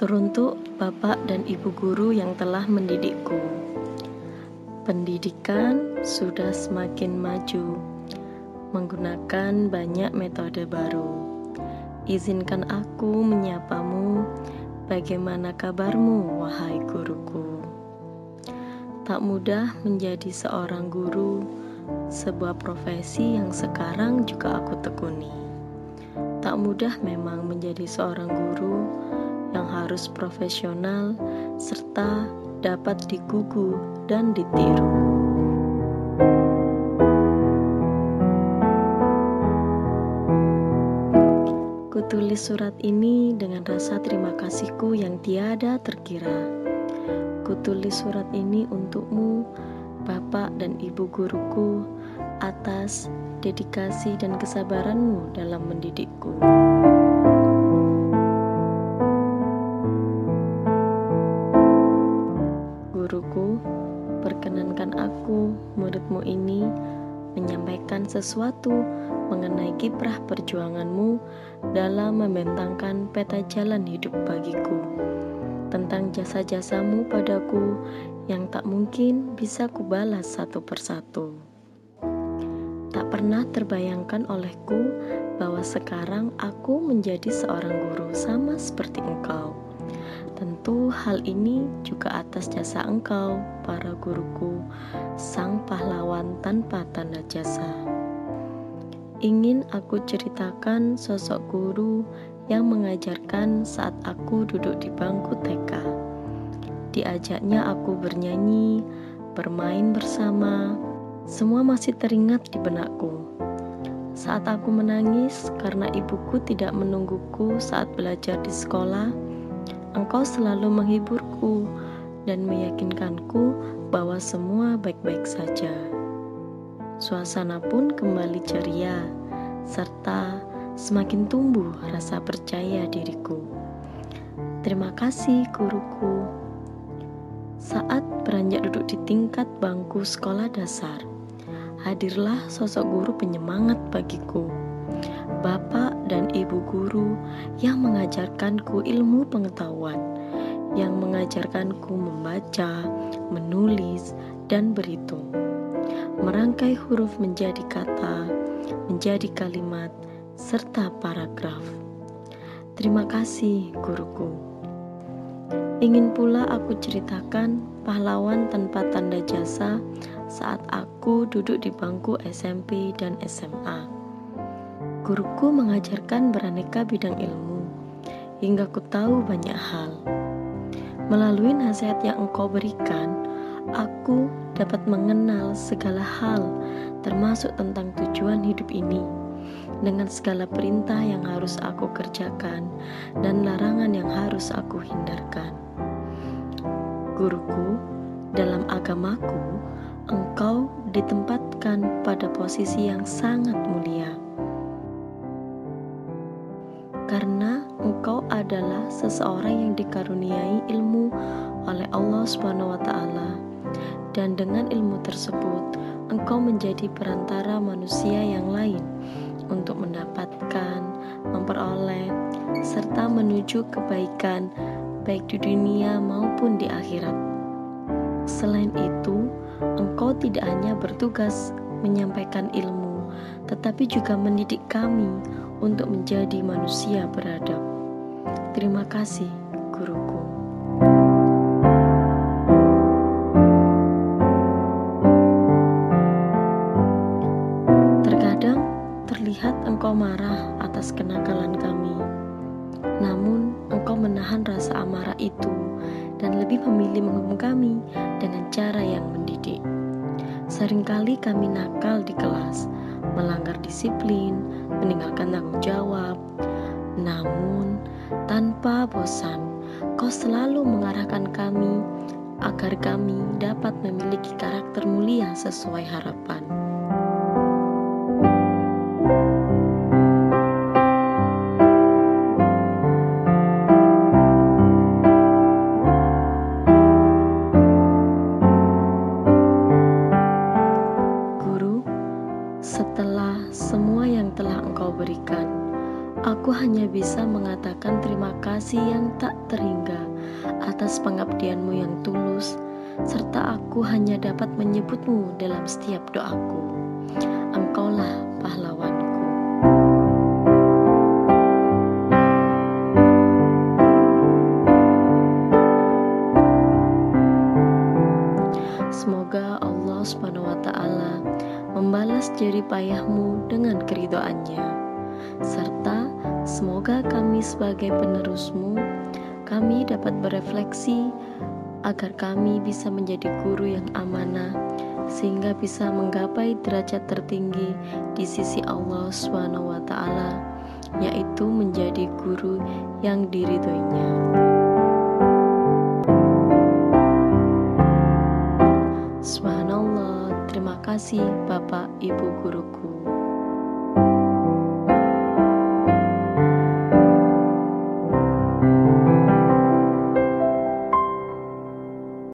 Teruntuk Bapak dan Ibu guru yang telah mendidikku. Pendidikan sudah semakin maju, menggunakan banyak metode baru. Izinkan aku menyapamu, bagaimana kabarmu, wahai guruku? Tak mudah menjadi seorang guru, sebuah profesi yang sekarang juga aku tekuni. Tak mudah memang menjadi seorang guru yang harus profesional serta dapat digugu dan ditiru. Kutulis surat ini dengan rasa terima kasihku yang tiada terkira. Kutulis surat ini untukmu, Bapak dan Ibu guruku, atas dedikasi dan kesabaranmu dalam mendidikku. Guruku, perkenankan aku, muridmu ini, menyampaikan sesuatu mengenai kiprah perjuanganmu dalam membentangkan peta jalan hidup bagiku, tentang jasa-jasamu padaku yang tak mungkin bisa kubalas satu persatu. Tak pernah terbayangkan olehku bahwa sekarang aku menjadi seorang guru sama seperti engkau. Tentu hal ini juga atas jasa engkau, para guruku, sang pahlawan tanpa tanda jasa. Ingin aku ceritakan sosok guru yang mengajarkan saat aku duduk di bangku TK. Diajaknya aku bernyanyi, bermain bersama, semua masih teringat di benakku. Saat aku menangis karena ibuku tidak menungguku saat belajar di sekolah, engkau selalu menghiburku dan meyakinkanku bahwa semua baik-baik saja. Suasana pun kembali ceria, serta semakin tumbuh rasa percaya diriku. Terima kasih guruku. Saat beranjak duduk di tingkat bangku sekolah dasar, hadirlah sosok guru penyemangat bagiku. Bapak dan Ibu guru yang mengajarkanku ilmu pengetahuan, yang mengajarkanku membaca, menulis, dan berhitung, merangkai huruf menjadi kata, menjadi kalimat, serta paragraf. Terima kasih, guruku. Ingin pula aku ceritakan pahlawan tanpa tanda jasa saat aku duduk di bangku SMP dan SMA. Guruku mengajarkan beraneka bidang ilmu, hingga ku tahu banyak hal. Melalui nasihat yang engkau berikan, aku dapat mengenal segala hal, termasuk tentang tujuan hidup ini, dengan segala perintah yang harus aku kerjakan dan larangan yang harus aku hindarkan. Guruku, dalam agamaku, engkau ditempatkan pada posisi yang sangat mulia. Karena engkau adalah seseorang yang dikaruniai ilmu oleh Allah SWT, dan dengan ilmu tersebut engkau menjadi perantara manusia yang lain untuk mendapatkan, memperoleh, serta menuju kebaikan baik di dunia maupun di akhirat. Selain itu, engkau tidak hanya bertugas menyampaikan ilmu, tetapi juga mendidik kami untuk menjadi manusia beradab. Terima kasih, guruku. Terkadang terlihat engkau marah atas kenakalan kami, namun engkau menahan rasa amarah itu dan lebih memilih menghukum kami dengan cara yang mendidik. Seringkali kami nakal di kelas, melanggar disiplin, meninggalkan tanggung jawab. Namun, tanpa bosan, kau selalu mengarahkan kami agar kami dapat memiliki karakter mulia sesuai harapan. Setelah semua yang telah engkau berikan, Aku hanya bisa mengatakan terima kasih yang tak terhingga atas pengabdianmu yang tulus, serta aku hanya dapat menyebutmu dalam setiap doaku. Engkaulah pahlawanku. Semoga Allah SWT membalas jerih payahmu dengan keridhoannya, serta semoga kami sebagai penerusmu, kami dapat berefleksi agar kami bisa menjadi guru yang amanah, sehingga bisa menggapai derajat tertinggi di sisi Allah SWT, yaitu menjadi guru yang diridhoinya. Subhanallah, terima kasih Bapak Ibu guruku.